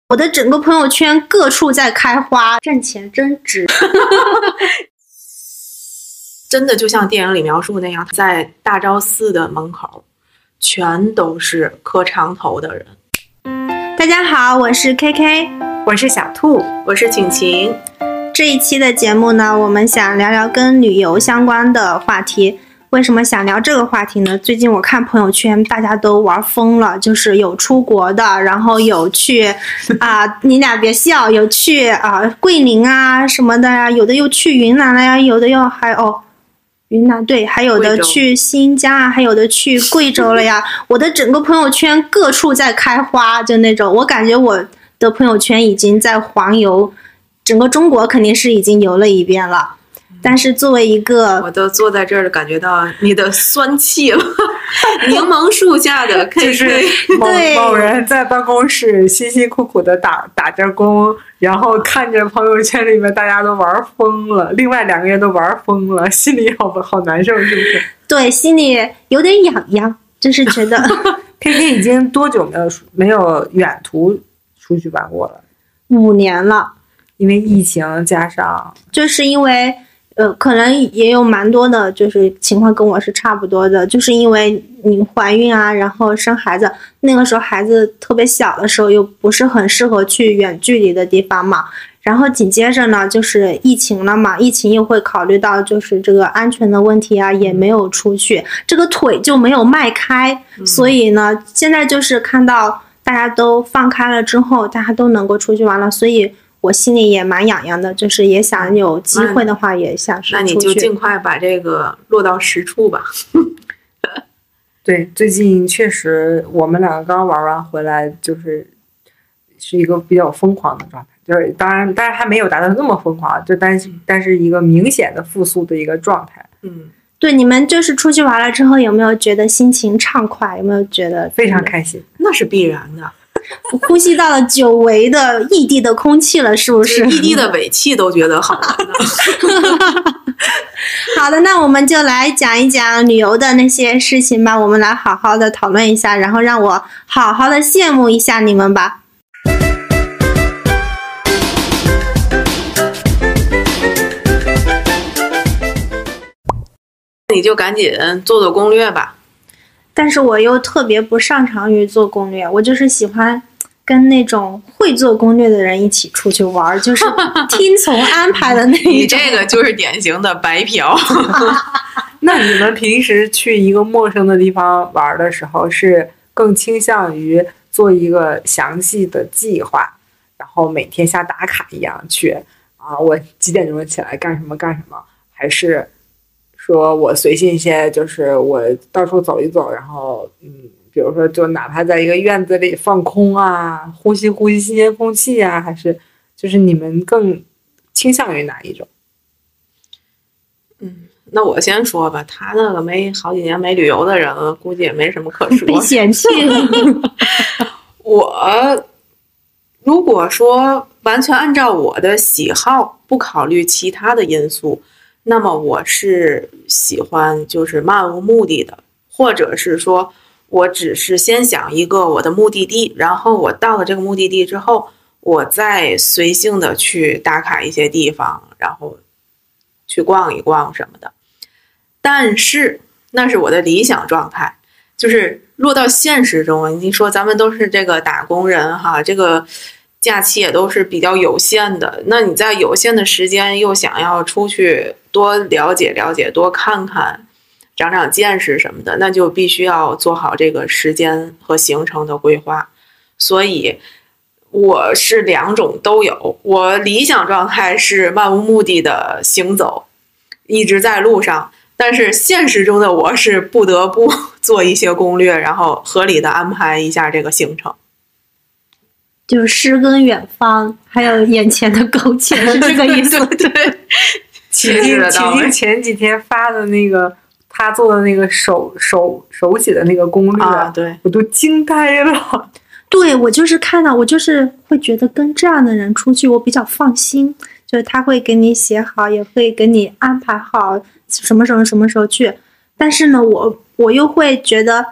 我的整个朋友圈各处在开花，挣钱真值。 真的就像电影里描述那样，在大昭寺的门口全都是磕长头的人。 大家好，我是 KK， 我是小兔， 我是晴晴。 这一期的节目呢，我们想聊聊跟旅游相关的话题。为什么想聊这个话题呢？最近我看朋友圈大家都玩疯了，就是有出国的，然后有去你俩别笑，有去桂林啊什么的呀，有的又去云南了呀，有的又云南对，还有的去新疆啊，还有的去贵州了呀。我的整个朋友圈各处在开花，就那种，我感觉我的朋友圈已经在环游整个中国，肯定是已经游了一遍了。但是作为一个， 我都坐在这儿感觉到你的酸气了。柠檬树下的 KK， 就是某人在办公室辛辛苦苦的打着工，然后看着朋友圈里面大家都玩疯了，另外2个人都玩疯了，心里好难受，是不是？ 对，心里有点痒痒，就是觉得。 KK 已经多久没有远途出去玩过了 ？5年了， 因为疫情加上， 就是因为。可能也有蛮多的，就是情况跟我是差不多的，就是因为你怀孕啊，然后生孩子，那个时候孩子特别小的时候，又不是很适合去远距离的地方嘛。然后紧接着呢，就是疫情了嘛，疫情又会考虑到就是这个安全的问题啊，也没有出去，这个腿就没有迈开。所以呢，现在就是看到大家都放开了之后，大家都能够出去玩了，所以。我心里也蛮痒痒的，就是也想有机会的话，也想是出去。 那你就尽快把这个落到实处吧。 对，最近确实我们2个刚玩完回来，是一个比较疯狂的状态，就是当然还没有达到那么疯狂，就但是一个明显的复苏的一个状态。 对，你们就是出去玩了之后，有没有觉得心情畅快？有没有觉得非常开心？ 那是必然的。 呼吸到了久违的异地的空气了，是不是？ 异地的尾气都觉得好玩呢。 好的，那我们就来讲一讲旅游的那些事情吧，我们来好好的讨论一下，然后让我好好的羡慕一下你们吧。 你就赶紧做做攻略吧。 但是我又特别不擅长于做攻略，我就是喜欢跟那种会做攻略的人一起出去玩，就是听从安排的那一种。 你这个就是典型的白嫖。 那你们平时去一个陌生的地方玩的时候，是更倾向于做一个详细的计划，然后每天像打卡一样去我几点钟起来干什么，还是说我随性一些，就是我到处走一走，然后比如说就哪怕在一个院子里放空啊，呼吸新鲜空气啊，还是就是你们更倾向于哪一种？ 那我先说吧，他那个好几年没旅游的人了，估计也没什么可说。 被嫌弃了。 我如果说完全按照我的喜好，不考虑其他的因素，那么我是喜欢就是漫无目的的，或者是说我只是先想一个我的目的地，然后我到了这个目的地之后，我再随性的去打卡一些地方，然后去逛一逛什么的。但是那是我的理想状态，就是落到现实中，你说咱们都是这个打工人哈，这个假期也都是比较有限的，那你在有限的时间又想要出去多了解了解，多看看，长长见识什么的，那就必须要做好这个时间和行程的规划。所以我是2种都有，我理想状态是漫无目的的行走，一直在路上，但是现实中的我是不得不做一些攻略，然后合理的安排一下这个行程。 就是诗跟远方，还有眼前的苟且，是这个意思。 对， 启静前几天发的那个他做的那个手写的那个攻略， 对， 我都惊呆了。 对，我就是看到，我就是会觉得跟这样的人出去，我比较放心，就是他会给你写好，也会给你安排好什么时候去。但是呢，我又会觉得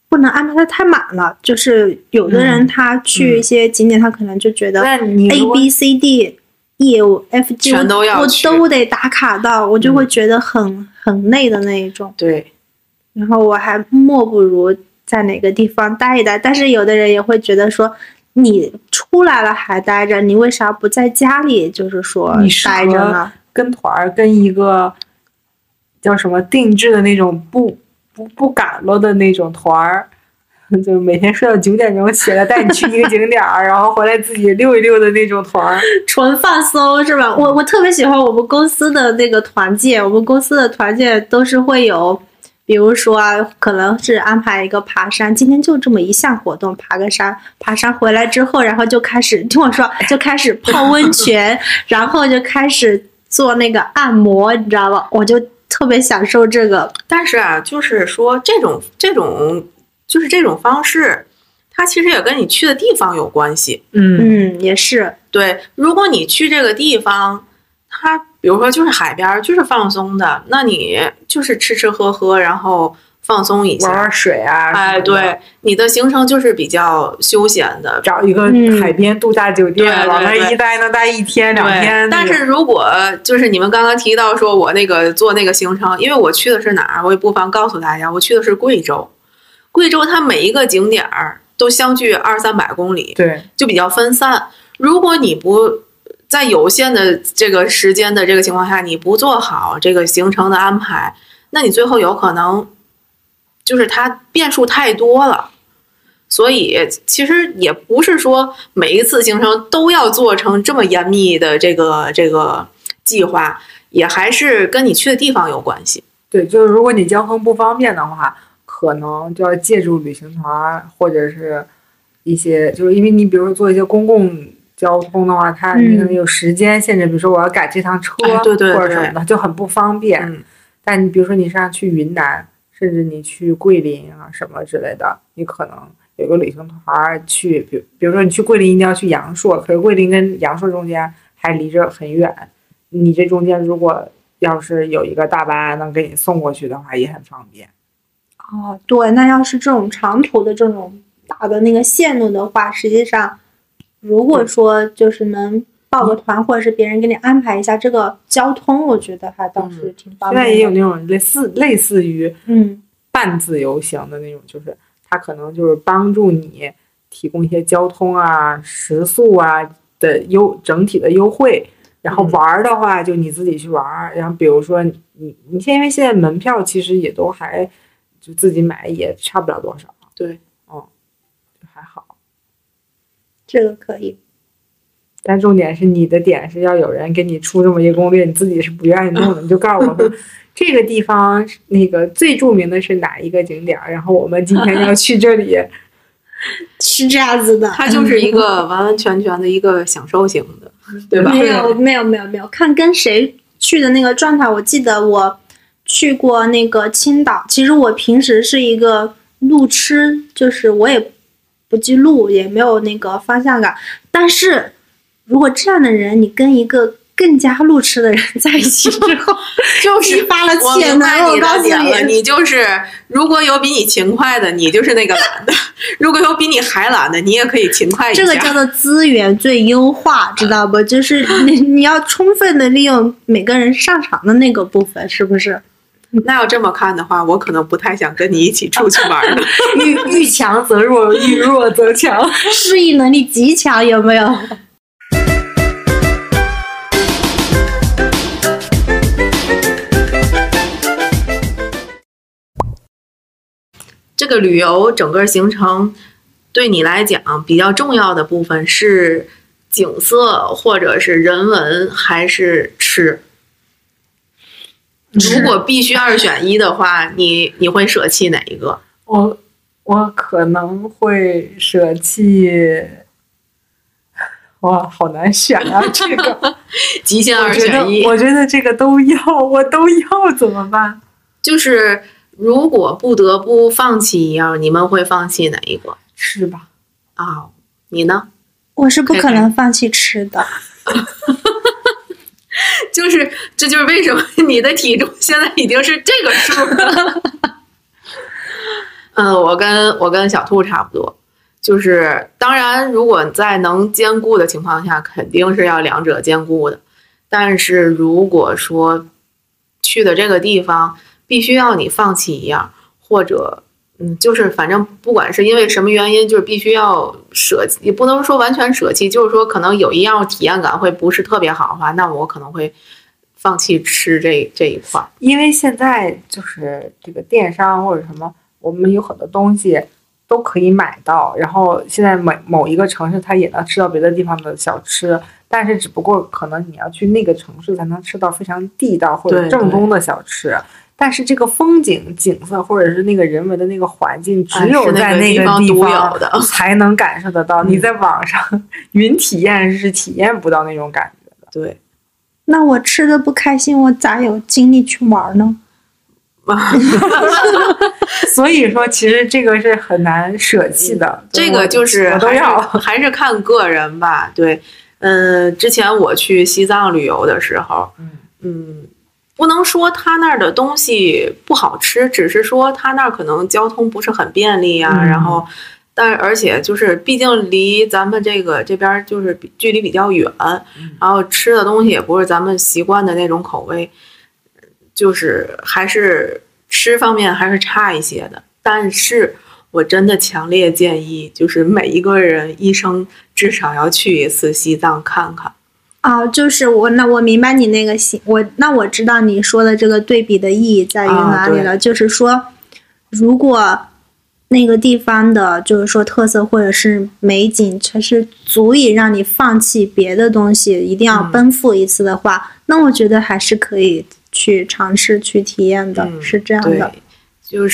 不能安排的太满了。就是有的人他去一些景点，他可能就觉得那你 A B C D E F G 全都要去我都得打卡到，我就会觉得很累的那一种。 对， 然后我还莫不如在哪个地方待一待。但是有的人也会觉得说，你出来了还待着，你为啥不在家里就是说待着呢？ 跟团儿跟一个叫什么定制的那种不赶了的那种团儿，就每天睡到9点钟起来带你去一个景点儿，然后回来自己溜一溜的那种团儿， 纯放松是吧？我特别喜欢我们公司的那个团建，我们公司的团建都是会有，比如说可能是安排一个爬山，今天就这么一项活动，爬个山，爬山回来之后，然后就开始听我说，就开始泡温泉，然后就开始做那个按摩，你知道吧？我就特别享受这个。 但是啊，就是说这种就是这种方式，它其实也跟你去的地方有关系。 也是。 对，如果你去这个地方，它比如说就是海边，就是放松的，那你就是吃吃喝喝，然后放松一下， 玩水啊。 哎，对，你的行程就是比较休闲的， 找一个海边度假酒店，往那一待能待1天2天。 但是如果就是你们刚刚提到说我那个做那个行程，因为我去的是哪儿，我也不妨告诉大家，我去的是贵州。贵州它每一个景点都相距200-300公里， 对， 就比较分散。如果你不在有限的这个时间的这个情况下，你不做好这个行程的安排，那你最后有可能就是它变数太多了。所以其实也不是说每一次行程都要做成这么严密的这个计划，也还是跟你去的地方有关系。 对，就是如果你交通不方便的话，可能就要借助旅行团或者是一些，就是因为你比如说做一些公共交通的话，它你可能有时间限制，比如说我要赶这趟车， 对或者什么的，就很不方便。但你比如说你上去云南，甚至你去桂林啊什么之类的，你可能有个旅行团去，比如说你去桂林一定要去阳朔，可是桂林跟阳朔中间还离着很远，你这中间如果要是有一个大巴能给你送过去的话，也很方便。 哦，对，那要是这种长途的这种大的那个线路的话，实际上如果说就是能报个团，或者是别人给你安排一下这个交通，我觉得还倒是挺方便的。 现在也有那种类似于半自由行的那种，就是它可能就是帮助你提供一些交通啊、食宿啊的整体的优惠。然后玩的话，就你自己去玩。然后比如说你因为现在门票其实也都还就自己买也差不了多少。 对， 还好。 这个可以。 但重点是你的点是要有人给你出这么一个攻略，你自己是不愿意弄的，你就告诉我说这个地方那个最著名的是哪一个景点，然后我们今天要去这里。 是这样子的， 它就是一个完完全全的一个享受型的，对吧？ 没有，看跟谁去的那个状态。我记得我去过那个青岛，其实我平时是一个路痴，就是我也不记路，也没有那个方向感。但是如果这样的人，你跟一个更加路痴的人在一起之后， 就是发了潜能。我告诉你， 你就是如果有比你勤快的，你就是那个懒的；如果有比你还懒的，你也可以勤快一下。 这个叫做资源最优化，知道不？就是你要充分的利用每个人擅长的那个部分，是不是？ 那要这么看的话，我可能不太想跟你一起出去玩了。 遇强则弱，遇弱则强， 适应能力极强，有没有？ 这个旅游整个行程对你来讲比较重要的部分是景色，或者是人文，还是吃？如果必须2选1的话，你会舍弃哪一个？ 我可能会舍弃。哇，好难选啊！这个极限2选1， 我觉得这个都要，我都要怎么办？ 就是如果不得不放弃一样，你们会放弃哪一个？ 吃吧。 你呢？ 我是不可能放弃吃的。 这就是为什么你的体重现在已经是这个数了。 我跟小兔差不多，就是当然，如果在能兼顾的情况下，肯定是要两者兼顾的。但是如果说去的这个地方必须要你放弃一样，或者就是反正不管是因为什么原因，就是必须要舍弃，也不能说完全舍弃，就是说可能有一样体验感会不是特别好的话，那我可能会放弃吃这一块。 因为现在就是这个电商或者什么，我们有很多东西都可以买到，然后现在某一个城市它也能吃到别的地方的小吃，但是只不过可能你要去那个城市才能吃到非常地道或者正宗的小吃。但是这个风景景色或者是那个人文的那个环境，只有在那个地方才能感受得到。你在网上云体验是体验不到那种感觉的。 对， 那我吃的不开心，我咋有精力去玩呢？ 所以说，其实这个是很难舍弃的。 这个就是我都要， 还是看个人吧。对，之前我去西藏旅游的时候，不能说他那儿的东西不好吃，只是说他那儿可能交通不是很便利啊。然后，而且就是毕竟离咱们这边就是距离比较远，然后吃的东西也不是咱们习惯的那种口味，就是还是吃方面还是差一些的。但是我真的强烈建议，就是每一个人一生至少要去一次西藏看看。 就是我明白你那个我知道你说的这个对比的意义在于哪里了，就是说，如果那个地方的，就是说特色或者是美景，它是足以让你放弃别的东西，一定要奔赴一次的话，那我觉得还是可以去尝试去体验的，是这样的。 对，就是，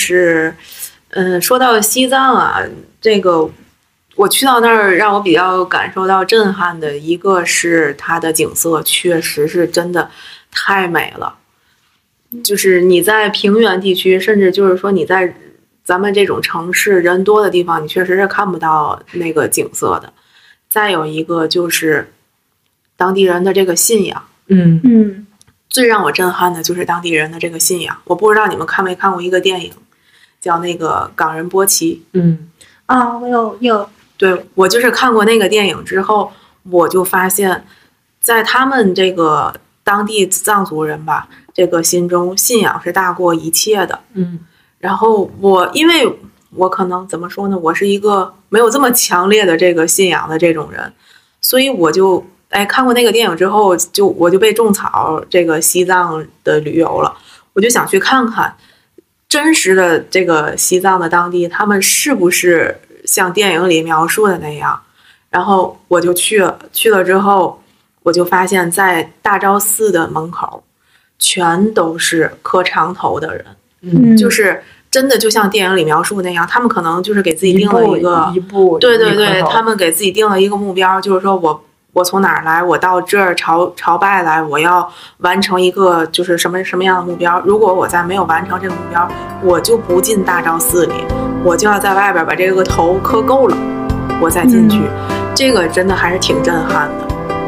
说到西藏啊，这个。我去到那儿，让我比较感受到震撼的一个是它的景色，确实是真的太美了。就是你在平原地区，甚至就是说你在咱们这种城市人多的地方，你确实是看不到那个景色的。再有一个就是当地人的这个信仰，最让我震撼的就是当地人的这个信仰。我不知道你们看没看过一个电影，叫那个《冈仁波齐》。 我有。 对，我就是看过那个电影之后，我就发现，在他们这个当地藏族人吧，这个心中信仰是大过一切的。然后因为我可能怎么说呢，我是一个没有这么强烈的这个信仰的这种人，所以我就看过那个电影之后，我就被种草这个西藏的旅游了，我就想去看看真实的这个西藏的当地，他们是不是像电影里描述的那样。然后我就去了之后，我就发现在大昭寺的门口全都是磕长头的人，就是真的就像电影里描述那样，他们可能就是给自己定了一个对对对，他们给自己定了一个目标，就是说我从哪儿来，我到这儿朝拜来，我要完成一个就是什么样的目标。如果我再没有完成这个目标，我就不进大昭寺里，我就要在外边把这个头磕够了，我再进去。这个真的还是挺震撼的。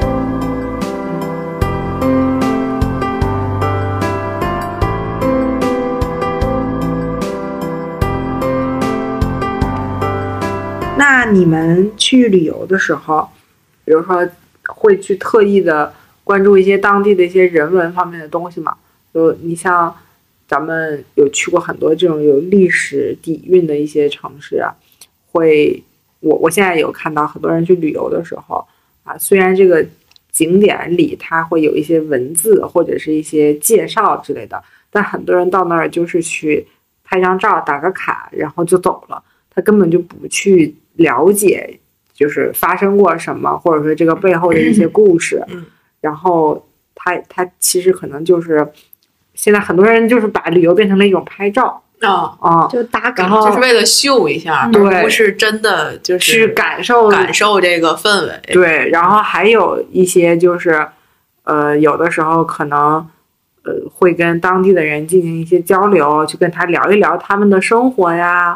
那你们去旅游的时候，比如说会去特意的关注一些当地的一些人文方面的东西吗？你像咱们有去过很多这种有历史底蕴的一些城市啊，我现在有看到很多人去旅游的时候啊，虽然这个景点里它会有一些文字或者是一些介绍之类的，但很多人到那儿就是去拍张照打个卡然后就走了，他根本就不去了解就是发生过什么，或者说这个背后的一些故事。然后他其实可能就是现在很多人就是把旅游变成了一种拍照就打卡， 就是为了秀一下， 对， 不是真的就是感受这个氛围。 对，然后还有一些就是有的时候可能会跟当地的人进行一些交流，去跟他聊一聊他们的生活呀，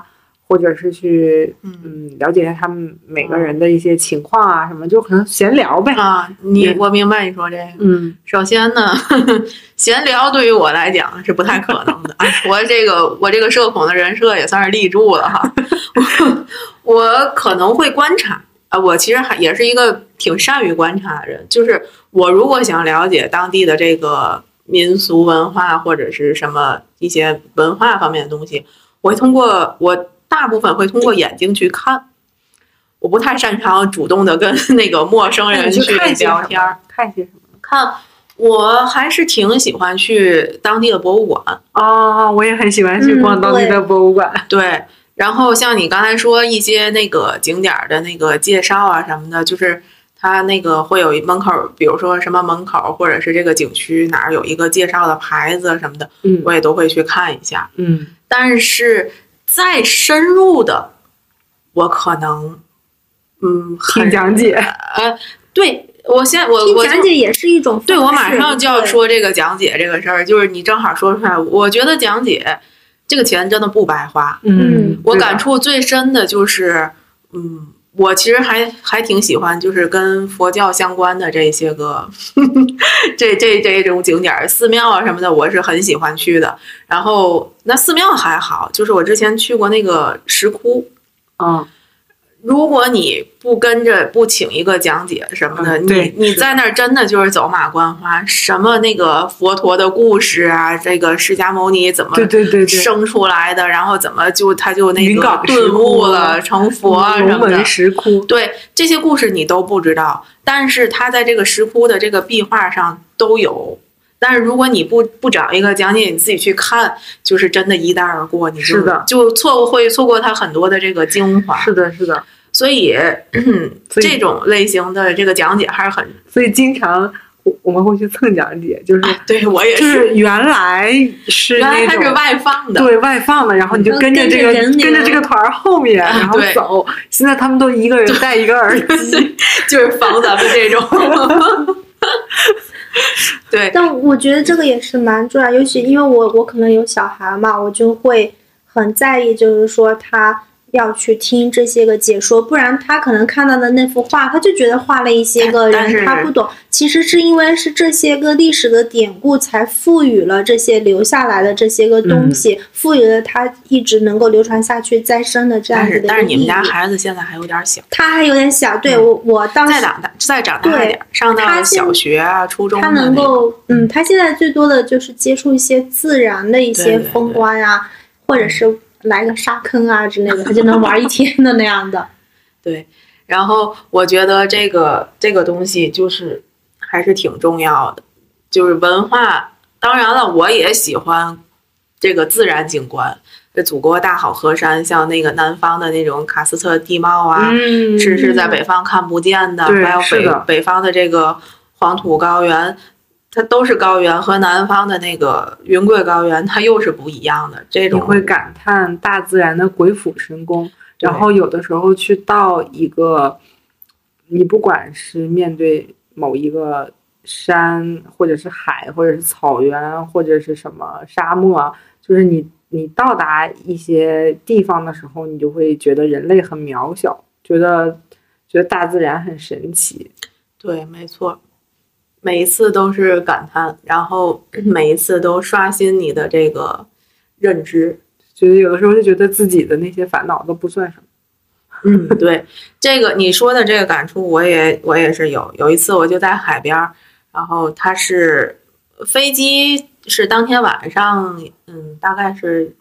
或者是去了解一下他们每个人的一些情况啊什么，就可能闲聊呗。 我明白你说这个。首先呢，闲聊对于我来讲是不太可能的。我这个社恐的人设也算是立住了哈。我可能会观察我其实也是一个挺善于观察的人，就是我如果想了解当地的这个民俗文化或者是什么一些文化方面的东西，我大部分会通过眼睛去看，我不太擅长主动的跟那个陌生人去聊天。 看些什么？ 看，我还是挺喜欢去当地的博物馆。 我也很喜欢去逛当地的博物馆。 对，然后像你刚才说一些那个景点的那个介绍啊什么的，就是它那个会有门口，比如说什么门口或者是这个景区哪儿有一个介绍的牌子什么的，我也都会去看一下。但是再深入的，我可能听讲解。 对，我讲解也是一种方式。 对，我马上就要说这个讲解这个事儿，就是你正好说出来，我觉得讲解这个钱真的不白花。我感触最深的就是我其实还挺喜欢，就是跟佛教相关的这些个这种景点，寺庙啊什么的，我是很喜欢去的。然后那寺庙还好，就是我之前去过那个石窟。如果你不请一个讲解什么的，你在那儿真的就是走马观花，什么那个佛陀的故事啊，这个释迦牟尼怎么生出来的，然后怎么他就那个顿悟了成佛啊什么的。龙门石窟， 对，这些故事你都不知道，但是他在这个石窟的这个壁画上都有。但是如果你不找一个讲解，你自己去看，就是真的一带而过，你就会错过它很多的这个精华。 是的，是的。 所以这种类型的这个讲解还是很， 所以经常我们会去蹭讲解，就是对我也是， 就是原来它是外放的， 对外放的，然后你就跟着这个团后面，然后走。现在他们都一个人带一个耳机， 就是防咱们这种。对， 但我觉得这个也是蛮重要，尤其因为我可能有小孩嘛，我就会很在意，就是说他要去听这些个解说，不然他可能看到的那幅画，他就觉得画了一些个人他不懂，其实是因为是这些个历史的典故才赋予了这些留下来的这些个东西，赋予了它一直能够流传下去再生的这样子的一个意义。 但是你们家孩子现在还有点小， 他还有点小，对，我到再长大一点，上到小学啊初中的他能够他现在最多的就是接触一些自然的一些风光啊，或者是来个沙坑啊之类的，他就能玩一天的那样的。 对，然后我觉得这个东西就是还是挺重要的，就是文化。当然了，我也喜欢这个自然景观，这祖国大好河山，像那个南方的那种喀斯特地貌啊，是在北方看不见的，还有北方的这个黄土高原。它都是高原，和南方的那个云贵高原它又是不一样的。这种你会感叹大自然的鬼斧神工，然后有的时候去到一个，你不管是面对某一个山，或者是海，或者是草原，或者是什么沙漠，就是你到达一些地方的时候，你就会觉得人类很渺小，觉得大自然很神奇。 对，没错。每一次都是感叹，然后每一次都刷新你的这个认知， 觉得有的时候就觉得自己的那些烦恼都不算什么。 对，这个你说的这个感触，我也是有一次我就在海边，然后它是飞机是当天晚上，大概是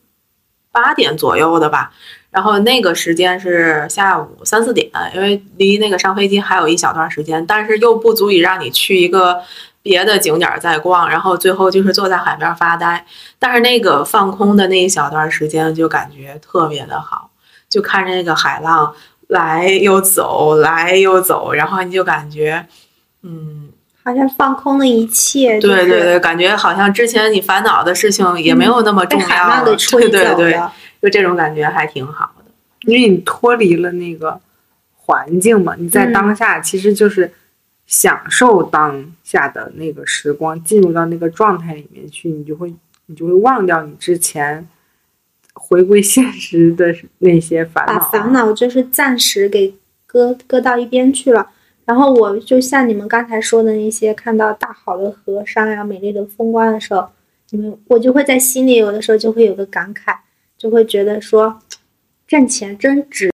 8点左右的吧。然后那个时间是下午3、4点，因为离那个上飞机还有一小段时间，但是又不足以让你去一个别的景点再逛，然后最后就是坐在海边发呆。但是那个放空的那一小段时间就感觉特别的好，就看着那个海浪来又走，来又走，然后你就感觉好像放空了一切。 对对对，感觉好像之前你烦恼的事情也没有那么重要了。对对对，就这种感觉还挺好的， 因为你脱离了那个环境嘛，你在当下其实就是享受当下的那个时光，进入到那个状态里面去，你就会忘掉你之前回归现实的那些烦恼， 把烦恼就是暂时给搁到一边去了。然后我就像你们刚才说的那些，看到大好的河山呀、美丽的风光的时候，我就会在心里有的时候就会有个感慨，就会觉得说，挣钱真值。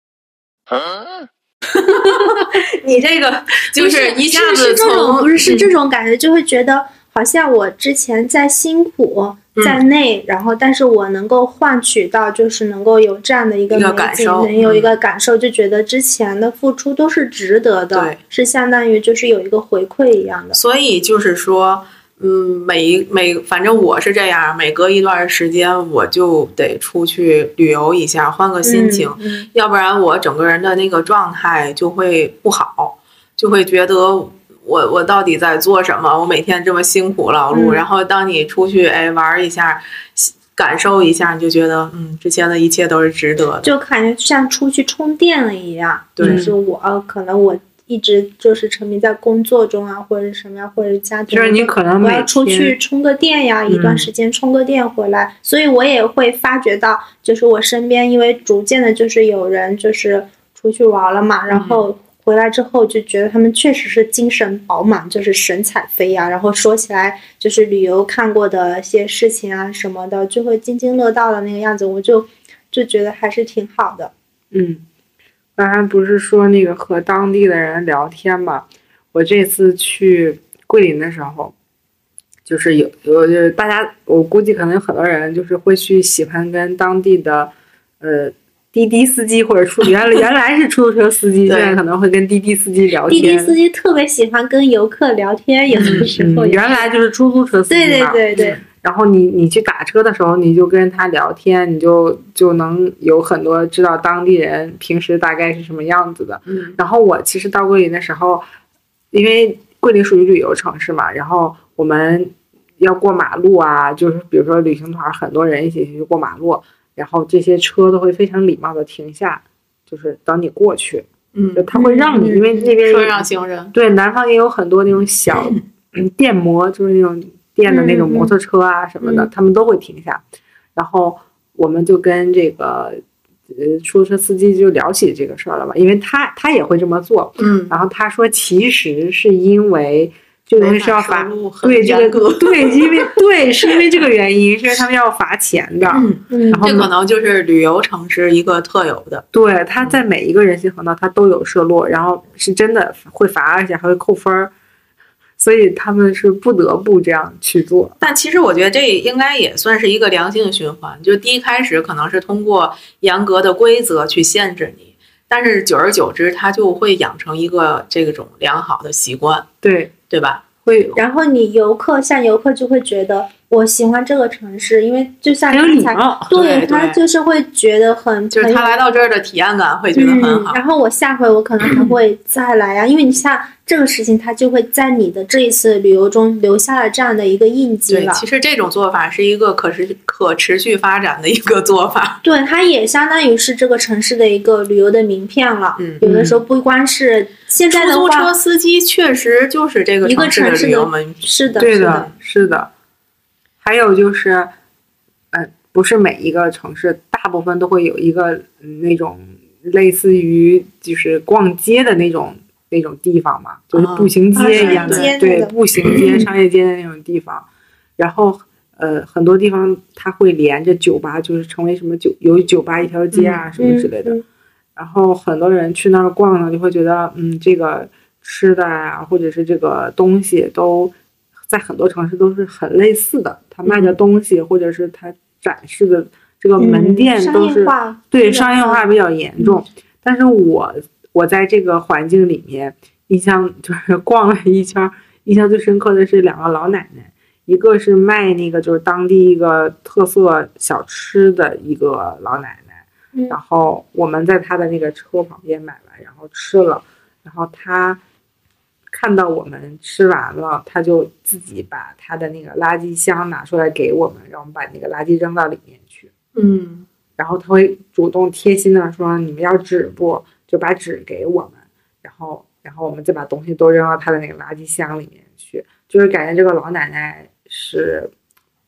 你这个就是一下子从不是这种感觉，就会觉得好像我之前在辛苦在内，然后但是我能够换取到就是能够有这样的一个美景，能有一个感受，就觉得之前的付出都是值得的， 对， 是相当于就是有一个回馈一样的。 所以就是说反正我是这样，每隔一段时间我就得出去旅游一下，换个心情，要不然我整个人的那个状态就会不好，就会觉得我到底在做什么？我每天这么辛苦劳碌，然后当你出去玩一下，感受一下，你就觉得之前的一切都是值得的， 就感觉像出去充电了一样。 对， 就是可能我一直就是沉迷在工作中啊，或者什么呀，或者家庭， 就是你可能我要出去充个电呀，一段时间充个电回来，所以我也会发觉到，就是我身边因为逐渐的，就是有人就是出去玩了嘛，然后回来之后就觉得他们确实是精神饱满，就是神采飞扬，然后说起来就是旅游看过的一些事情啊什么的，就会津津乐道的那个样子，我就觉得还是挺好的。 刚才不是说那个和当地的人聊天嘛？我这次去桂林的时候，就是有大家，我估计可能有很多人就是会去喜欢跟当地的滴滴司机或者原来是出租车司机，现在可能会跟滴滴司机聊天。 滴滴司机特别喜欢跟游客聊天，有的时候原来就是出租车司机嘛。 对。 然后你去打车的时候，你就跟他聊天，你就能有很多知道当地人平时大概是什么样子的。然后我其实到桂林的时候，因为桂林属于旅游城市嘛，然后我们要过马路啊，就是比如说旅行团很多人一起去过马路，然后这些车都会非常礼貌的停下，就是等你过去。就他会让你，因为那边车让行人。 对，南方也有很多那种小电摩，就是那种电的那种摩托车啊什么的，他们都会停下。然后我们就跟这个出租车司机就聊起这个事儿了嘛，因为他也会这么做。然后他说其实是因为这个是要罚，对这个是因为这个原因，是因为他们要罚钱的。然后这可能就是旅游城市一个特有的。 对，他在每一个人行横道他都有设落，然后是真的会罚，而且还会扣分儿。所以他们是不得不这样去做。 但其实我觉得这应该也算是一个良性循环，就是第一开始可能是通过严格的规则去限制你，但是久而久之它就会养成一个这种良好的习惯，对吧？ 会。 然后游客就会觉得我喜欢这个城市，因为就像刚才对他就是会觉得就是他来到这儿的体验感会觉得很好。 然后我下回我可能还会再来呀，因为你像这个事情，它就会在你的这一次旅游中留下了这样的一个印记了。 对，其实这种做法是一个可持续发展的一个做法。 对，它也相当于是这个城市的一个旅游的名片了。有的时候不光是现在的话， 出租车司机确实就是这个城市的旅游门， 是的， 是的。还有就是，不是每一个城市，大部分都会有一个那种类似于就是逛街的那种地方嘛，就是步行街一样的，对，步行街、商业街的那种地方。然后很多地方它会连着酒吧，就是成为什么有酒吧一条街啊什么之类的。然后很多人去那儿逛呢，就会觉得这个吃的啊，或者是这个东西都在很多城市都是很类似的，他卖的东西或者是他展示的这个门店都是商业化比较严重。但是我在这个环境里面，印象就是逛了一圈，印象最深刻的是两个老奶奶，一个是卖那个就是当地一个特色小吃的一个老奶奶，然后我们在她的那个车旁边买了，然后吃了，然后她看到我们吃完了，他就自己把他的那个垃圾箱拿出来给我们，让我们把那个垃圾扔到里面去。然后他会主动贴心的说：“你们要纸不？就把纸给我们。”然后我们再把东西都扔到他的那个垃圾箱里面去。就是感觉这个老奶奶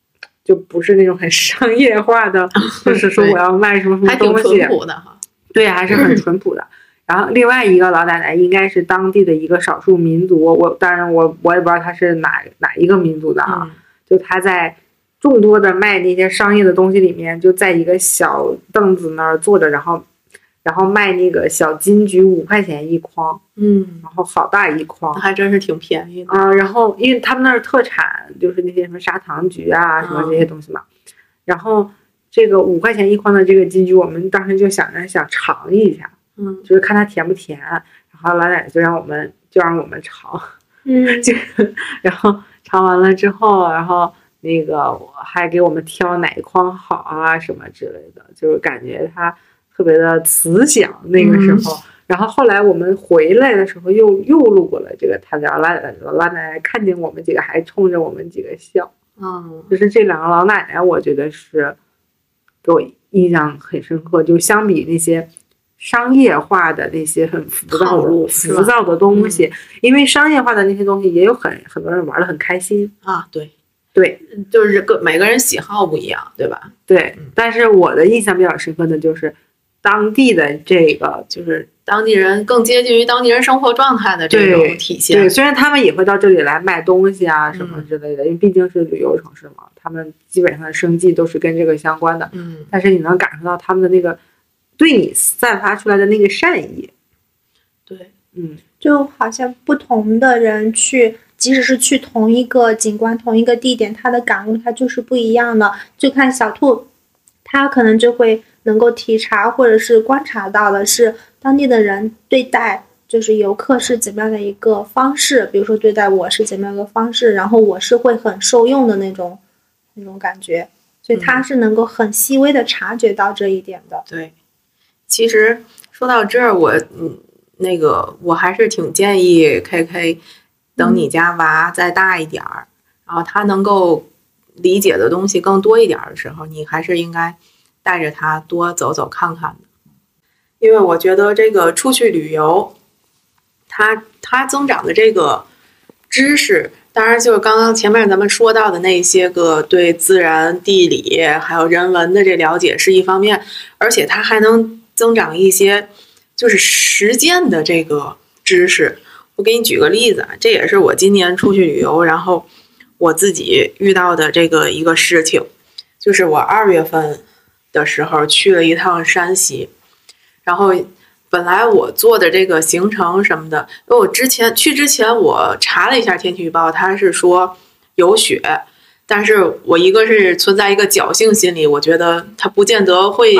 就不是那种很商业化的，就是说我要卖什么什么还挺东西， 淳朴的哈。 对，还是很淳朴的。然后另外一个老奶奶应该是当地的一个少数民族，当然我也不知道她是哪一个民族的啊，就她在众多的卖那些商业的东西里面，就在一个小凳子那儿坐着，然后卖那个小金桔5块钱一筐，然后好大一筐， 还真是挺便宜的啊。然后因为他们那儿特产就是那些什么砂糖橘啊什么这些东西嘛，然后这个5块钱一筐的这个金桔，我们当时就想尝一下，就是看它甜不甜，然后老奶奶就让我们尝，然后尝完了之后，然后那个还给我们挑哪一筐好啊什么之类的，就是感觉它特别的慈祥那个时候。然后后来我们回来的时候又路过了这个摊子，老奶奶看见我们几个还冲着我们几个笑，就是这2个老奶奶我觉得是给我印象很深刻，就相比那些商业化的那些很浮躁的东西，因为商业化的那些东西也有很多人玩得很开心啊， 对， 就是每个人喜好不一样，对吧？ 对，但是我的印象比较深刻的就是当地的这个， 就是当地人更接近于当地人生活状态的这种体现。 对，虽然他们也会到这里来卖东西啊什么之类的，因为毕竟是旅游城市嘛，他们基本上的生计都是跟这个相关的。但是你能感受到他们的那个对你散发出来的那个善意。 对， 就好像不同的人去，即使是去同一个景观、同一个地点，他的感悟他就是不一样的。就看小兔，他可能就会能够体察或者是观察到的是当地的人对待就是游客是怎么样的一个方式，比如说对待我是怎么样的方式，然后我是会很受用的那种感觉，所以他是能够很细微的察觉到这一点的。 对，其实说到这儿，我还是挺建议 KK 等你家娃再大一点儿，然后他能够理解的东西更多一点的时候，你还是应该带着他多走走看看的。因为我觉得这个出去旅游，它增长的这个知识，当然就是刚刚前面咱们说到的那些个对自然地理还有人文的这了解是一方面，而且它还能增长一些就是实践的这个知识。我给你举个例子啊，这也是我今年出去旅游，然后我自己遇到的这个一个事情，就是我2月份的时候去了一趟山西，然后本来我做的这个行程什么的，因为我去之前我查了一下天气预报，它是说有雪，但是我一个是存在一个侥幸心理，我觉得它不见得会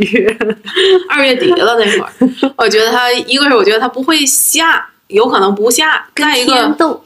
2月底了那会儿，我觉得它一个是我觉得它不会下，有可能不下，再一个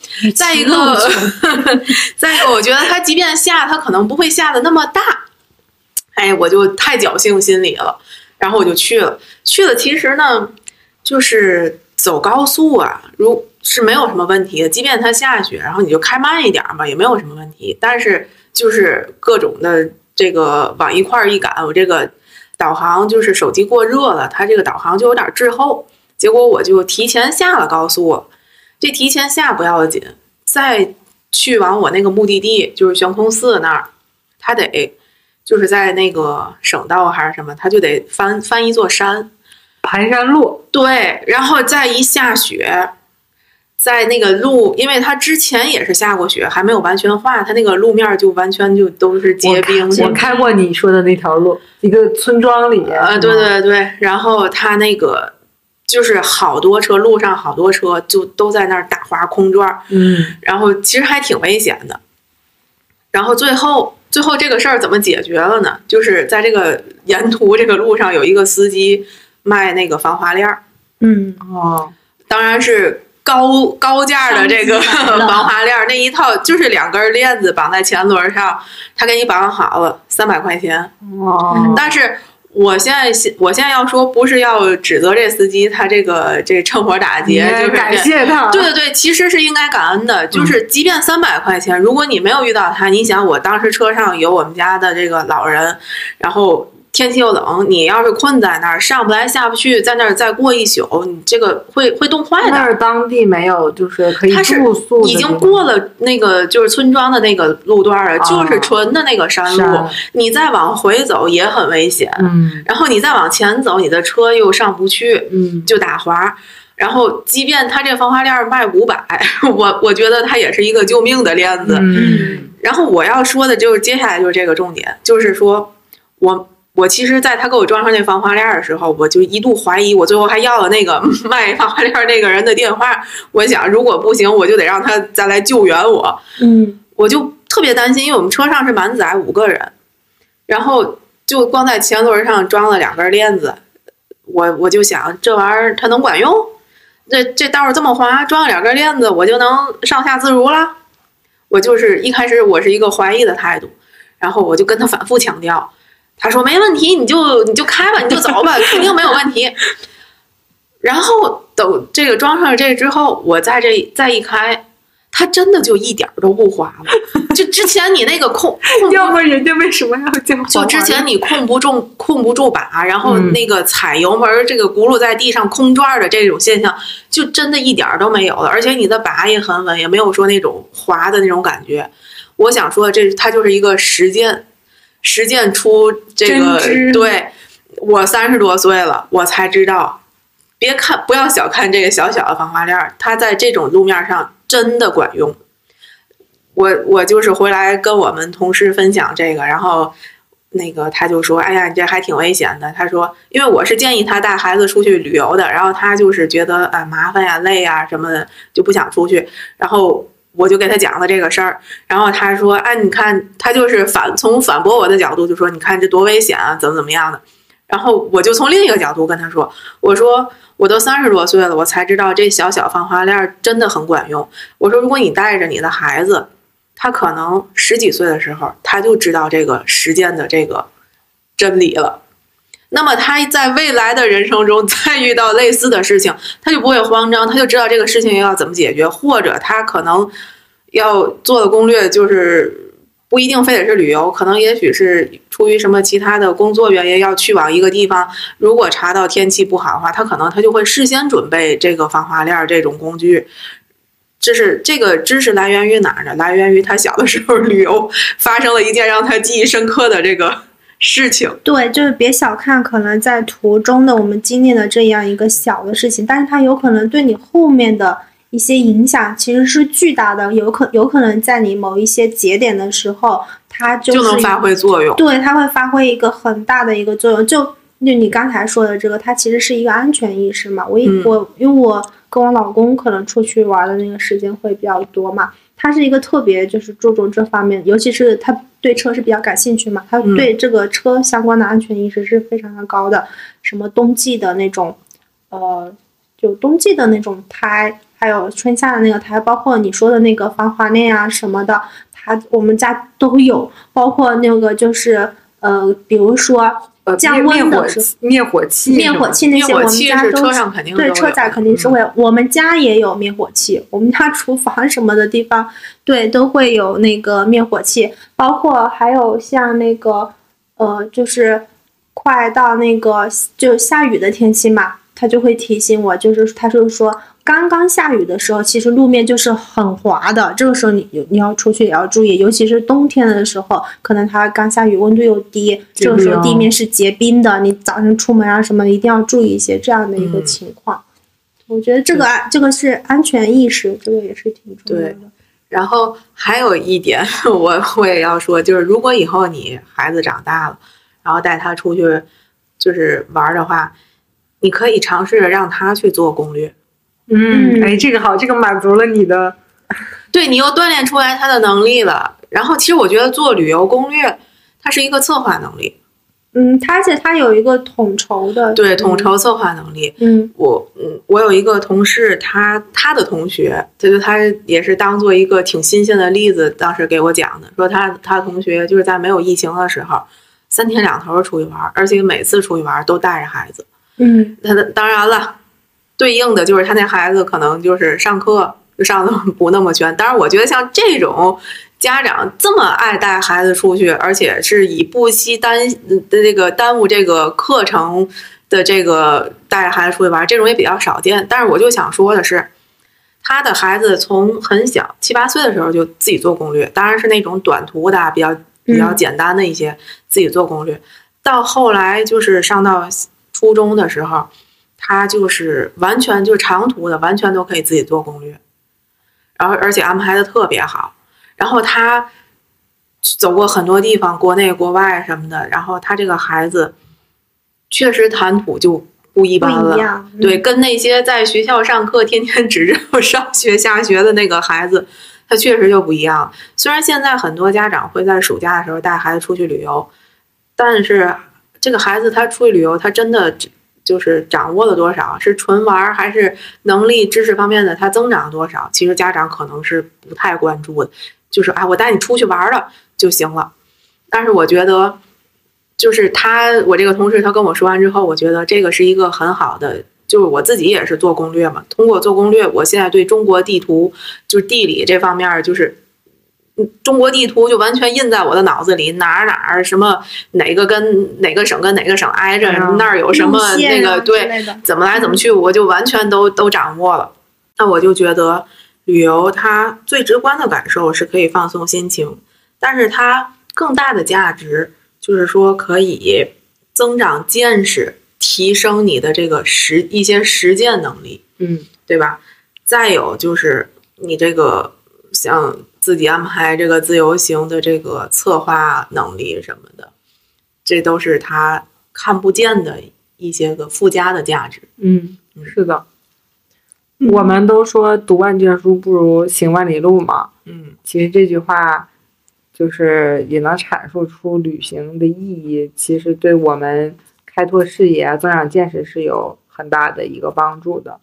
我觉得它即便下，它可能不会下的那么大，我就太侥幸心理了，然后我就去了，其实呢就是走高速啊，是没有什么问题的，即便它下雪，然后你就开慢一点嘛，也没有什么问题。但是就是各种的这个往一块一赶，我这个导航就是手机过热了，它这个导航就有点滞后，结果我就提前下了高速。这提前下不要紧，再去往我那个目的地就是悬空寺那儿，它得就是在那个省道还是什么，它就得翻一座山， 盘山路。 对，然后再一下雪，在那个路，因为它之前也是下过雪，还没有完全化，它那个路面就完全就都是结冰。 我开过你说的那条路，一个村庄里。 对，然后它那个就是好多车，路上好多车就都在那儿打滑空转，然后其实还挺危险的。然后最后这个事儿怎么解决了呢？就是在这个沿途这个路上有一个司机卖那个防滑链，当然是高价的这个防滑链，那一套就是2根链子绑在前轮上，他给你绑好了，300块钱。但是我现在要说，不是要指责这司机他这趁火打劫，就是感谢他。 对，其实是应该感恩的。就是即便300块钱，如果你没有遇到他，你想我当时车上有我们家的这个老人，然后天气又冷，你要是困在那儿上不来下不去，在那儿再过一宿，你这个会冻坏的。 那儿当地没有就是可以住宿的， 已经过了那个就是村庄的那个路段了，就是纯的那个山路，你再往回走也很危险。然后你再往前走，你的车又上不去，就打滑。然后即便它这防滑链卖500，我觉得它也是一个救命的链子。然后我要说的就是接下来就是这个重点，就是说我其实在他给我装上那防滑链的时候，我就一度怀疑，我最后还要了那个卖防滑链那个人的电话。我想如果不行，我就得让他再来救援我。我就特别担心，因为我们车上是满载5个人，然后就光在前轮上装了2根链子，我就想这玩意儿它能管用？这道这么滑，装了2根链子，我就能上下自如了？我就是一开始我是一个怀疑的态度，然后我就跟他反复强调。他说没问题，你就开吧，你就走吧，肯定没有问题。然后等这个装上这之后，我再一开，它真的就一点都不滑了。就之前你那个控要么人家为什么要降？ 就之前你控不住把，然后那个踩油门这个轱辘在地上空转的这种现象，就真的一点都没有了。而且你的把也很稳，也没有说那种滑的那种感觉。我想说，它就是一个实践出这个，对，我30多岁了，我才知道，不要小看这个小小的防滑链，它在这种路面上真的管用。我就是回来跟我们同事分享这个，然后那个他就说：“哎呀，你这还挺危险的。”他说：“因为我是建议他带孩子出去旅游的，然后他就是觉得麻烦呀、累呀什么的，就不想出去。”然后我就给他讲了这个事儿，然后他说：“哎，你看，他就是从反驳我的角度就说，你看这多危险啊，怎么样的。”然后我就从另一个角度跟他说：“我说我都30多岁了，我才知道这小小防滑链真的很管用。我说如果你带着你的孩子。”他可能10几岁的时候，他就知道这个实践的这个真理了。那么他在未来的人生中再遇到类似的事情，他就不会慌张，他就知道这个事情要怎么解决，或者他可能要做的攻略就是不一定非得是旅游，可能也许是出于什么其他的工作原因要去往一个地方，如果查到天气不好的话，他就会事先准备这个防滑链这种工具。这个知识来源于哪儿呢？来源于他小的时候旅游发生了一件让他记忆深刻的这个事情。 对，就是别小看可能在途中的我们经历了这样一个小的事情，但是它有可能对你后面的一些影响其实是巨大的，有可能在你某一些节点的时候，它就能发挥作用。 对，它会发挥一个很大的一个作用。就你刚才说的这个，它其实是一个安全意识嘛。因为我跟我老公可能出去玩的那个时间会比较多嘛，他是一个特别就是注重这方面，尤其是他对车是比较感兴趣嘛，他对这个车相关的安全意识是非常的高的。什么冬季的那种就冬季的那种胎，还有春夏的那个胎，包括你说的那个防滑链啊什么的，我们家都有。包括那个就是比如说降温的灭火器那些，我们家都车上肯定对，车载肯定是会。我们家也有灭火器，我们家厨房什么的地方，对，都会有那个灭火器。包括还有像那个就是快到那个就下雨的天气嘛，他就会提醒我，他就是说刚刚下雨的时候，其实路面就是很滑的，这个时候你要出去也要注意，尤其是冬天的时候，可能它刚下雨，温度又低，这个时候地面是结冰的，你早上出门啊什么的一定要注意一些这样的一个情况。我觉得这个是安全意识，这个也是挺重要的。 对，然后还有一点我也要说，就是如果以后你孩子长大了，然后带他出去就是玩的话，你可以尝试着让他去做攻略。 哎，这个好，这个满足了你的， 对，你又锻炼出来他的能力了。然后其实我觉得做旅游攻略，它是一个策划能力。 而且它有一个统筹的， 对，统筹策划能力。我有一个同事，他的同学，他也是当做一个挺新鲜的例子，当时给我讲的，说他同学就是在没有疫情的时候，3天2头出去玩，而且每次出去玩都带着孩子。他当然了，对应的就是他那孩子可能就是上课就上的不那么全。当然，我觉得像这种家长这么爱带孩子出去，而且是以不惜耽误这个课程的这个带着孩子出去玩，这种也比较少见。但是我就想说的是，他的孩子从很小7、8岁的时候就自己做攻略，当然是那种短途的比较简单的一些自己做攻略。到后来就是上到初中的时候，他就是完全就是长途的，完全都可以自己做攻略，然后而且安排的特别好。然后他走过很多地方，国内国外什么的，然后他这个孩子确实谈吐就不一般了，对，跟那些在学校上课天天指着上学下学的那个孩子，他确实就不一样。虽然现在很多家长会在暑假的时候带孩子出去旅游，但是这个孩子他出去旅游，他真的就是掌握了多少，是纯玩还是能力知识方面的他增长多少，其实家长可能是不太关注的，就是我带你出去玩了就行了。但是我觉得就是我这个同事他跟我说完之后，我觉得这个是一个很好的，就是我自己也是做攻略嘛，通过做攻略，我现在对中国地图就是地理这方面，就是中国地图就完全印在我的脑子里，哪儿什么哪个跟哪个省跟哪个省挨着，那儿有什么那个对，怎么来怎么去，我就完全都掌握了。那我就觉得旅游它最直观的感受是可以放松心情，但是它更大的价值就是说可以增长见识，提升你的这个一些实践能力，对吧？再有就是你这个像自己安排这个自由行的这个策划能力什么的，这都是他看不见的一些个附加的价值。 是的。我们都说读万卷书不如行万里路嘛，其实这句话就是也能阐述出旅行的意义，其实对我们开拓视野增长见识是有很大的一个帮助的。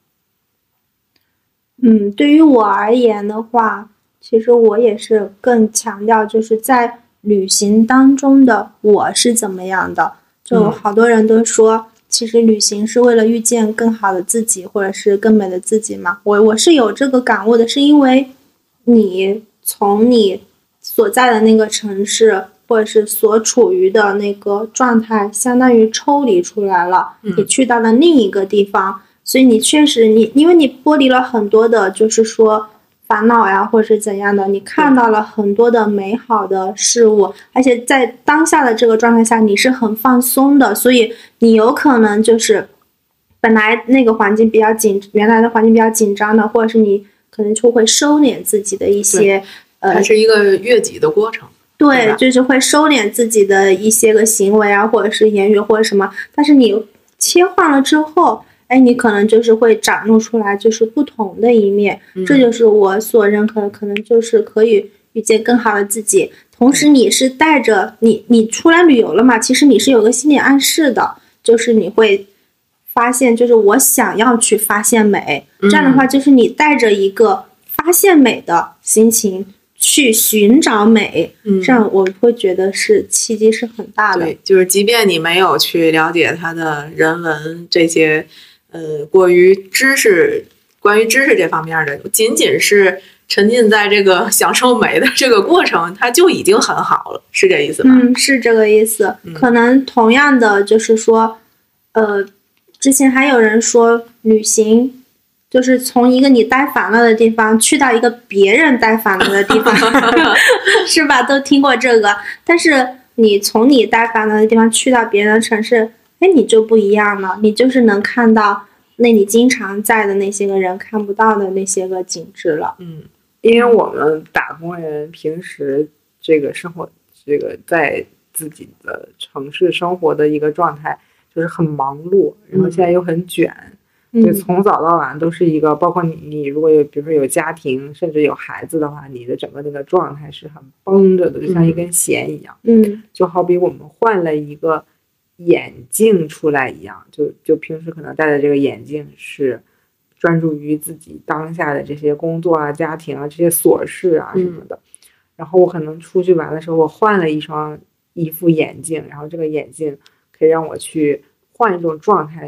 对于我而言的话，其实我也是更强调就是在旅行当中的我是怎么样的。就好多人都说其实旅行是为了遇见更好的自己或者是更美的自己嘛。我是有这个感悟的，是因为你从你所在的那个城市或者是所处于的那个状态相当于抽离出来了，你去到了另一个地方，所以你确实因为你剥离了很多的就是说烦恼呀或者是怎样的，你看到了很多的美好的事物，而且在当下的这个状态下你是很放松的，所以你有可能就是本来那个环境比较原来的环境比较紧张的，或者是你可能就会收敛自己的一些它是一个悦己的过程。 对，就是会收敛自己的一些个行为啊，或者是言语或者什么，但是你切换了之后，你可能就是会展露出来就是不同的一面，这就是我所认可的，可能就是可以遇见更好的自己。同时你是带着你出来旅游了嘛，其实你是有个心理暗示的，就是你会发现就是我想要去发现美，这样的话就是你带着一个发现美的心情去寻找美，这样我会觉得是契机是很大的。 对，就是即便你没有去了解它的人文这些关于知识这方面的，仅仅是沉浸在这个享受美的这个过程，它就已经很好了，是这意思吗？ 是这个意思。可能同样的就是说之前还有人说旅行就是从一个你待烦了的地方去到一个别人待烦了的地方是吧，都听过这个。但是你从你待烦了的地方去到别人的城市，你就不一样了，你就是能看到那你经常在的那些个人看不到的那些个景致了。 因为我们打工人平时这个生活，这个在自己的城市生活的一个状态就是很忙碌，然后现在又很卷，就从早到晚都是一个，包括你如果比如说有家庭甚至有孩子的话，你的整个那个状态是很绷着的，就像一根弦一样。就好比我们换了一个眼镜出来一样，就平时可能戴的这个眼镜是专注于自己当下的这些工作啊、家庭啊这些琐事啊什么的，然后我可能出去玩的时候，我换了一副眼镜，然后这个眼镜可以让我去换一种状态去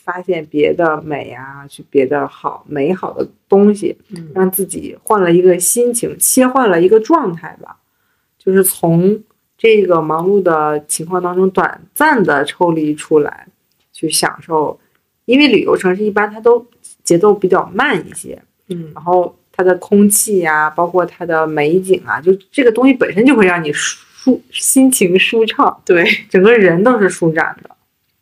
发现别的美啊，去别的美好的东西，让自己换了一个心情，切换了一个状态吧，就是从这个忙碌的情况当中短暂的抽离出来，去享受。因为旅游城市一般它都节奏比较慢一些，然后它的空气呀，包括它的美景啊，就这个东西本身就会让你心情舒畅， 对， 整个人都是舒展的。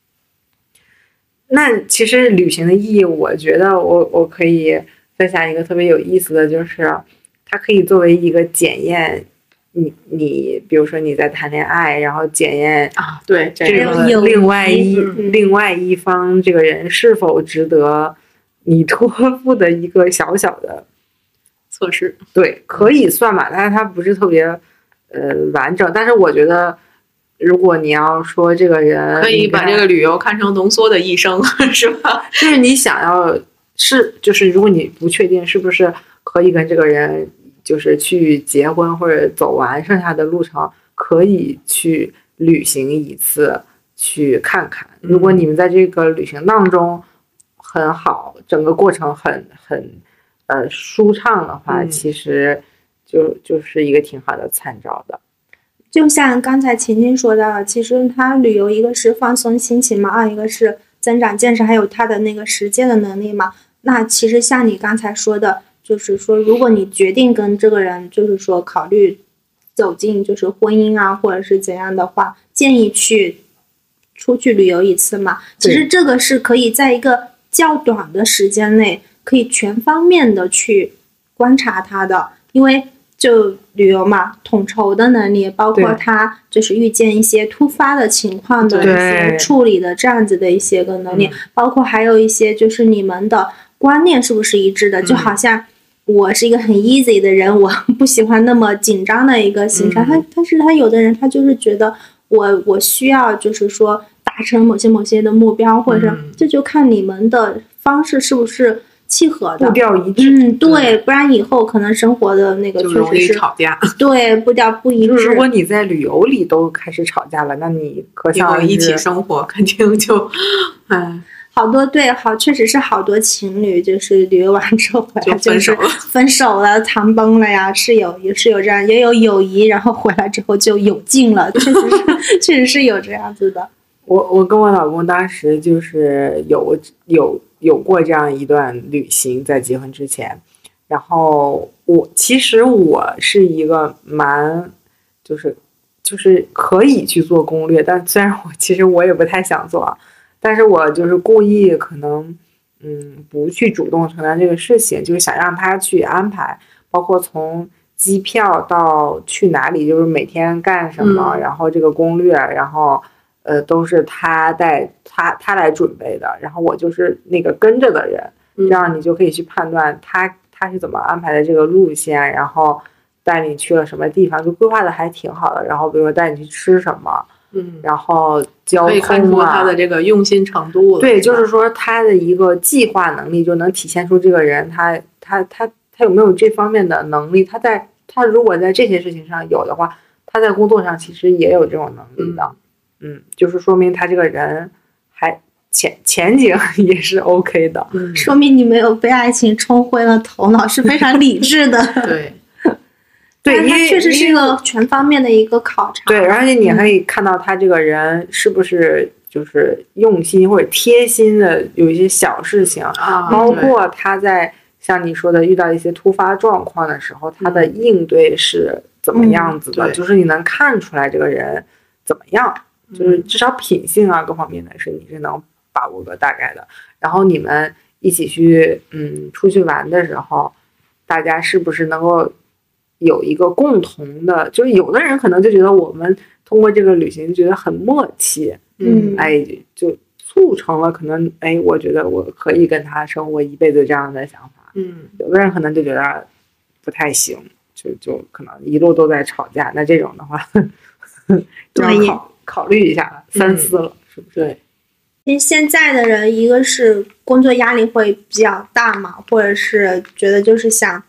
那其实旅行的意义，我觉得我可以分享一个特别有意思的，就是它可以作为一个检验你比如说你在谈恋爱，然后检验对这个另外一方这个人是否值得你托付的一个小小的测试。 对，可以算吧，但是它不是特别完整。但是我觉得，如果你要说这个人， 可以把这个旅游看成浓缩的一生，是吧？ 就是你想要就是如果你不确定是不是可以跟这个人就是去结婚或者走完剩下的路程，可以去旅行一次，去看看。如果你们在这个旅行当中很好，整个过程很舒畅的话，其实就是一个挺好的参照的。 就像刚才晴晴说的，其实他旅游一个是放松心情嘛，一个是增长见识，还有他的那个实践的能力嘛。那其实像你刚才说的，就是说如果你决定跟这个人就是说考虑走进就是婚姻啊，或者是怎样的话，建议出去旅游一次嘛。其实这个是可以在一个较短的时间内可以全方面的去观察他的，因为就旅游嘛，统筹的能力，包括他就是遇见一些突发的情况的一些处理的这样子的一些个能力，包括还有一些就是你们的观念是不是一致的，就好像我是一个很 easy 的人，我不喜欢那么紧张的一个行程，但是他有的人他就是觉得我需要就是说达成某些的目标，或者是这就看你们的方式是不是契合的， 步调一致。 对，不然以后可能生活的那个就容易吵架。 对，步调不一致。 如果你在旅游里都开始吵架了，那你可想而知一起生活肯定就， 好多确实是好多情侣就是旅游完之后回来就是分手了，谈崩了呀，是有这样，也有友谊，然后回来之后就有劲了，确实是有这样子的。 我跟我老公当时就是有过这样一段旅行，在结婚之前，然后其实我是一个蛮就是可以去做攻略，但虽然其实我也不太想做，但是我就是故意可能不去主动承担这个事情，就是想让他去安排，包括从机票到去哪里，就是每天干什么，然后这个攻略，然后都是他来准备的，然后我就是那个跟着的人，这样你就可以去判断他是怎么安排的这个路线，然后带你去了什么地方，就规划的还挺好的。然后比如说带你去吃什么，然后交通可以看出他的这个用心程度了。 对，就是说他的一个计划能力就能体现出这个人他有没有这方面的能力。他如果在这些事情上有的话，他在工作上其实也有这种能力的。就是说明他这个人还前景也是 OK 的， 说明你没有被爱情冲昏了头脑，是非常理智的。 对，因为他确实是一个全方面的一个考察。 对，而且你可以看到他这个人是不是就是用心或者贴心的有一些小事情，包括他在像你说的遇到一些突发状况的时候，他的应对是怎么样子的，就是你能看出来这个人怎么样。就是至少品性啊各方面的你是能把握个大概的。然后你们一起去出去玩的时候，大家是不是能够有一个共同的，就是有的人可能就觉得我们通过这个旅行觉得很默契，就促成了可能我觉得我可以跟他生活一辈子这样的想法。有的人可能就觉得不太行，就可能一路都在吵架，那这种的话就要考虑一下了，三思了，是不是？对， 因为现在的人，一个是工作压力会比较大嘛，或者是觉得就是想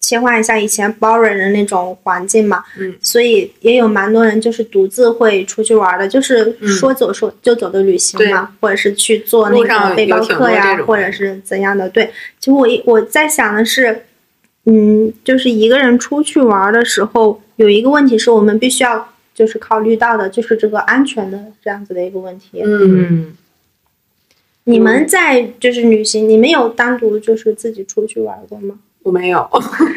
切换一下以前 boring 的那种环境嘛，所以也有蛮多人就是独自会出去玩的，就是说走就走的旅行嘛，或者是去做那个背包客呀，或者是怎样的。对，其实我在想的是，就是一个人出去玩的时候，有一个问题是我们必须要就是考虑到的，就是这个安全的这样子的一个问题。你们在就是旅行，你们有单独就是自己出去玩过吗？ 我没有，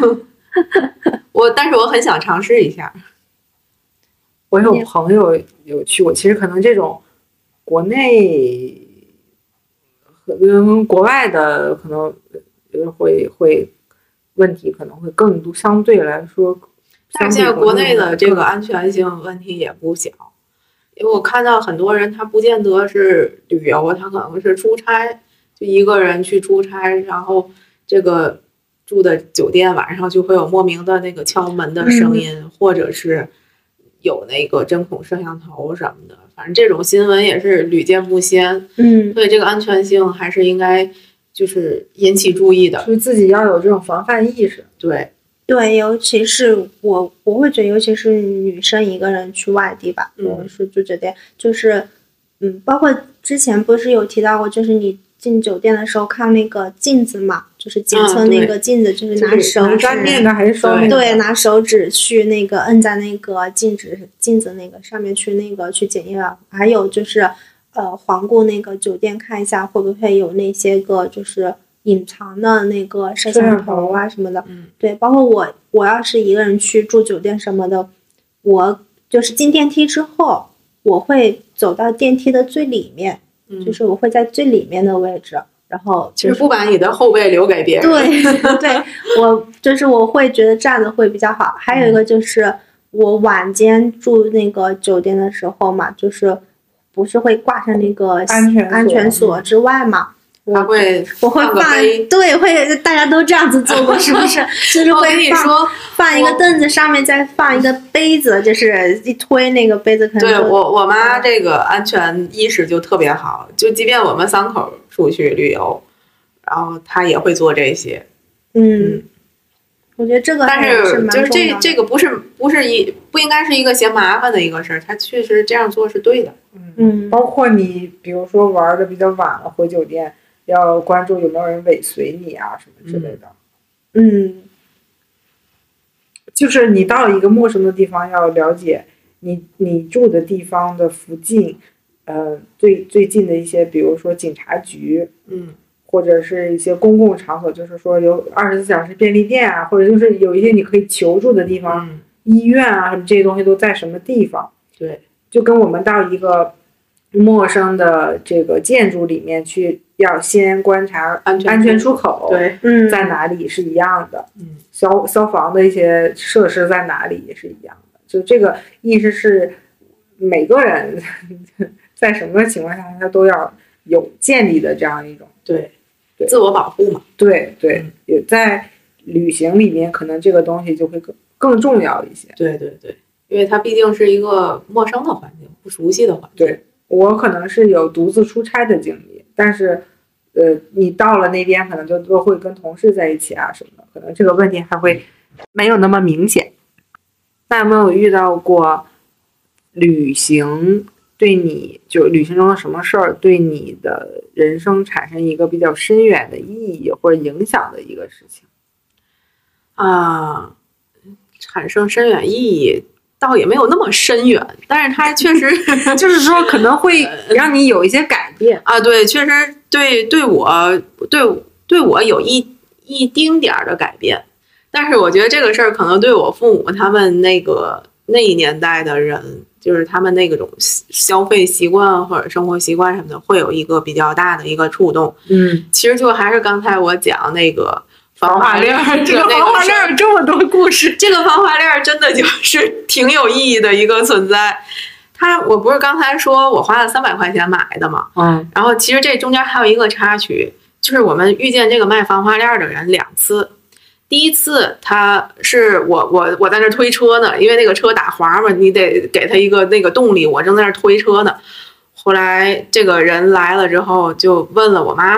但是我很想尝试一下。 我有朋友有去过，其实可能这种国内和国外的可能会问题可能会更多，相对来说。 但是现在国内的这个安全性问题也不小，因为我看到很多人他不见得是旅游，他可能是出差，就一个人去出差，然后这个住的酒店晚上就会有莫名的那个敲门的声音，或者是有那个针孔摄像头什么的，反正这种新闻也是屡见不鲜。所以这个安全性还是应该就是引起注意的， 所以自己要有这种防范意识。 对，尤其是我会觉得，尤其是女生一个人去外地吧，我是住酒店，就是包括之前不是有提到过，就是你进酒店的时候看那个镜子嘛，就是检测那个镜子，就是拿手指， 干面的还是双面的？ 对，拿手指去那个摁在那个镜子那个上面去那个去检验。还有就是环顾那个酒店看一下会不会有那些个就是隐藏的那个摄像头啊什么的。对，包括我要是一个人去住酒店什么的，我就是进电梯之后，我会走到电梯的最里面。就是我会在最里面的位置，然后就是不把你的后背留给别人。 对，我会觉得这样子会比较好。还有一个就是我晚间住那个酒店的时候嘛，就是不是会挂上那个安全锁之外嘛，我会放，对，会大家都这样子做过，是不是？就是会放一个凳子，上面再放一个杯子，就是一推那个杯子可能。 对，我妈这个安全意识就特别好，就即便我们3口出去旅游，然后她也会做这些。 我觉得这个但是蛮重要的。 就是这个不应该是一个嫌麻烦的一个事儿，她确实这样做是对的。 包括你比如说玩的比较晚了回酒店，要关注有没有人尾随你啊什么之类的。就是你到一个陌生的地方，要了解你住的地方的附近，最近的一些，比如说警察局，或者是一些公共场所，就是说有24小时便利店啊，或者就是有一些你可以求助的地方，医院啊什么这些东西都在什么地方。 对， 就跟我们到一个陌生的这个建筑里面去，要先观察安全出口在哪里是一样的。消防的一些设施在哪里也是一样的。就这个意识是每个人在什么情况下他都要有建立的这样一种对自我保护嘛。 对，也在旅行里面可能这个东西就会更重要一些。 对，因为它毕竟是一个陌生的环境，不熟悉的环境。 对，我可能是有独自出差的经历，但是你到了那边可能就都会跟同事在一起啊什么的，可能这个问题还会没有那么明显。那有没有遇到过旅行对你就旅行中的什么事儿对你的人生产生一个比较深远的意义或者影响的一个事情啊？产生深远意义倒也没有那么深远，但是它确实就是说可能会让你有一些改变啊。对，确实对我有一丁点儿的改变，但是我觉得这个事儿可能对我父母他们那一年代的人，就是他们那种消费习惯或者生活习惯什么的，会有一个比较大的一个触动。其实就还是刚才我讲那个防滑链， 这个防滑链这么多故事， 这个防滑链真的就是挺有意义的一个存在。我不是刚才说我花了300块钱买的嘛，然后其实这中间还有一个插曲，就是我们遇见这个卖防滑链的人2次。第一次他是我在那推车呢，因为那个车打滑嘛，你得给他一个那个动力，我正在那推车呢。后来这个人来了之后就问了我妈妈，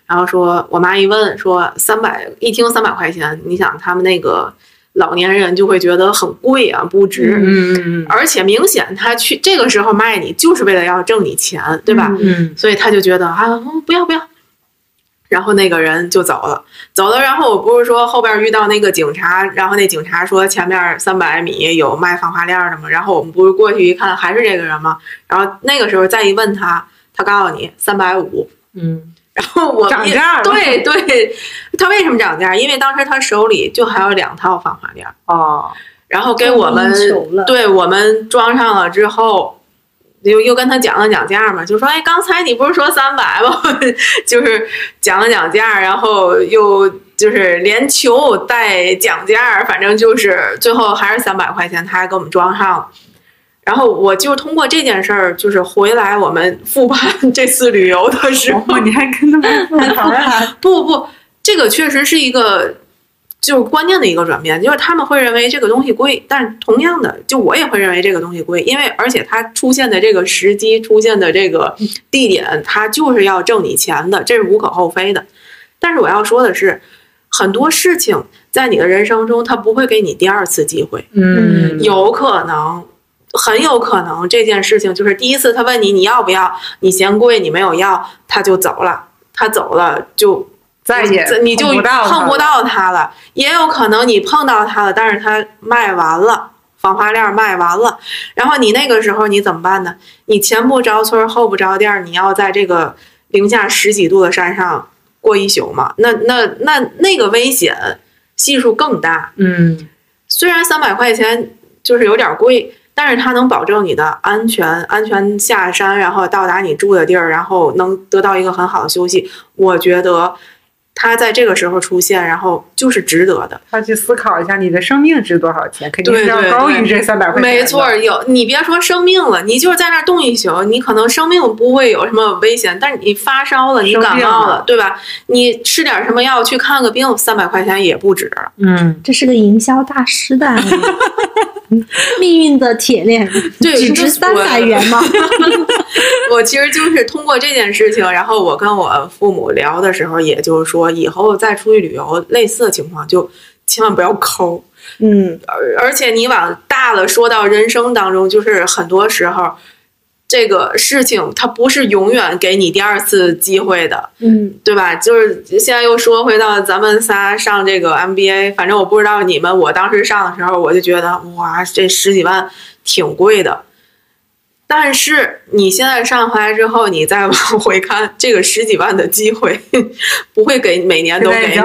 然后说我妈一问说300，一听300块钱，你想他们那个老年人就会觉得很贵啊，不值。而且明显他去这个时候卖你就是为了要挣你钱，对吧？所以他就觉得啊，不要。然后那个人就走了，然后我不是说后边遇到那个警察，然后那警察说前面300米有卖防滑链的吗？然后我们不是过去一看还是这个人吗？然后那个时候再一问他告诉你350。然后我涨价了。 对，他为什么涨价？因为当时他手里就还有2套防滑链然后给我们对我们装上了之后。又跟他讲了讲价嘛，就说哎，刚才你不是说300吗？就是讲了讲价，然后又就是连球带讲价，反正就是最后还是300块钱，他还给我们装上了。然后我就通过这件事儿，就是回来我们复盘这次旅游的时候， 你还跟他们复盘？ 不，这个确实是一个。就是观念的一个转变，就是他们会认为这个东西贵，但是同样的，就我也会认为这个东西贵，因为而且它出现的这个时机、出现的这个地点，它就是要挣你钱的，这是无可厚非的。但是我要说的是，很多事情在你的人生中，它不会给你第2次机会。有可能，很有可能这件事情就是第一次他问你要不要，你嫌贵，你没有要，他就走了，他走了就。 再也你就碰不到它了，也有可能你碰到它了，但是它卖完了，防滑链卖完了，然后你那个时候你怎么办呢？你前不着村后不着店，你要在这个零下10几度的山上过一宿嘛？那个危险系数更大。虽然300块钱就是有点贵，但是它能保证你的安全下山，然后到达你住的地儿，然后能得到一个很好的休息。我觉得。他在这个时候出现，然后就是值得的。 他去思考一下，你的生命值多少钱，肯定是要高于这300块钱。 没错，你别说生命了，你就是在那儿冻一宿，你可能生命不会有什么危险，但是你发烧了，你感冒了，对吧？你吃点什么药去看个病，300块钱也不止了。 这是个营销大师的命运的铁链， 对， 只值300元吗？ 我其实就是通过这件事情，然后我跟我父母聊的时候，也就是说，以后再出去旅游，类似的情况就千万不要抠。而且你往大了说到人生当中，就是很多时候这个事情它不是永远给你第2次机会的，对吧？就是现在又说回到咱们仨上这个 MBA， 反正我不知道你们，我当时上的时候我就觉得哇，这10几万挺贵的。但是你现在上回来之后，你再往回看，这个10几万的机会不会给每年都给你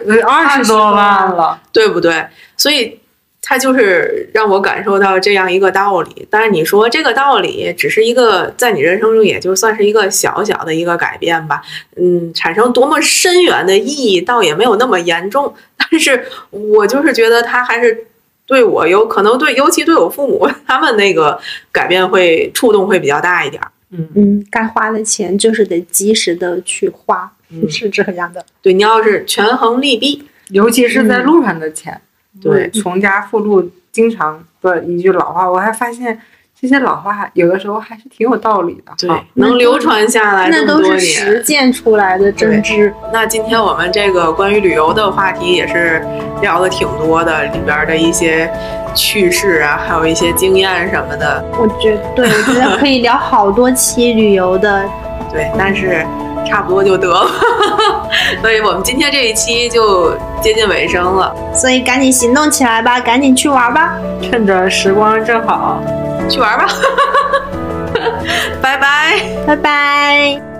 20多万了， 对不对？所以它就是让我感受到这样一个道理。但是你说这个道理只是一个在你人生中也就算是一个小小的一个改变吧，产生多么深远的意义倒也没有那么严重。但是我就是觉得它还是。对我有可能尤其对我父母，他们那个改变会触动会比较大一点。 该花的钱就是得及时的去花，是这样的。 对，你要是权衡利弊， 尤其是在路上的钱。对，穷家富路经常的一句老话，我还发现这些老话有的时候还是挺有道理的。 对，能流传下来那都是实践出来的真知。 那今天我们这个关于旅游的话题也是聊了挺多的，里边的一些趣事啊，还有一些经验什么的。 我觉得可以聊好多期旅游的。 对，但是差不多就得了。所以我们今天这一期就接近尾声了， 所以赶紧行动起来吧，赶紧去玩吧， 趁着时光正好， 去玩吧。拜拜， 拜拜。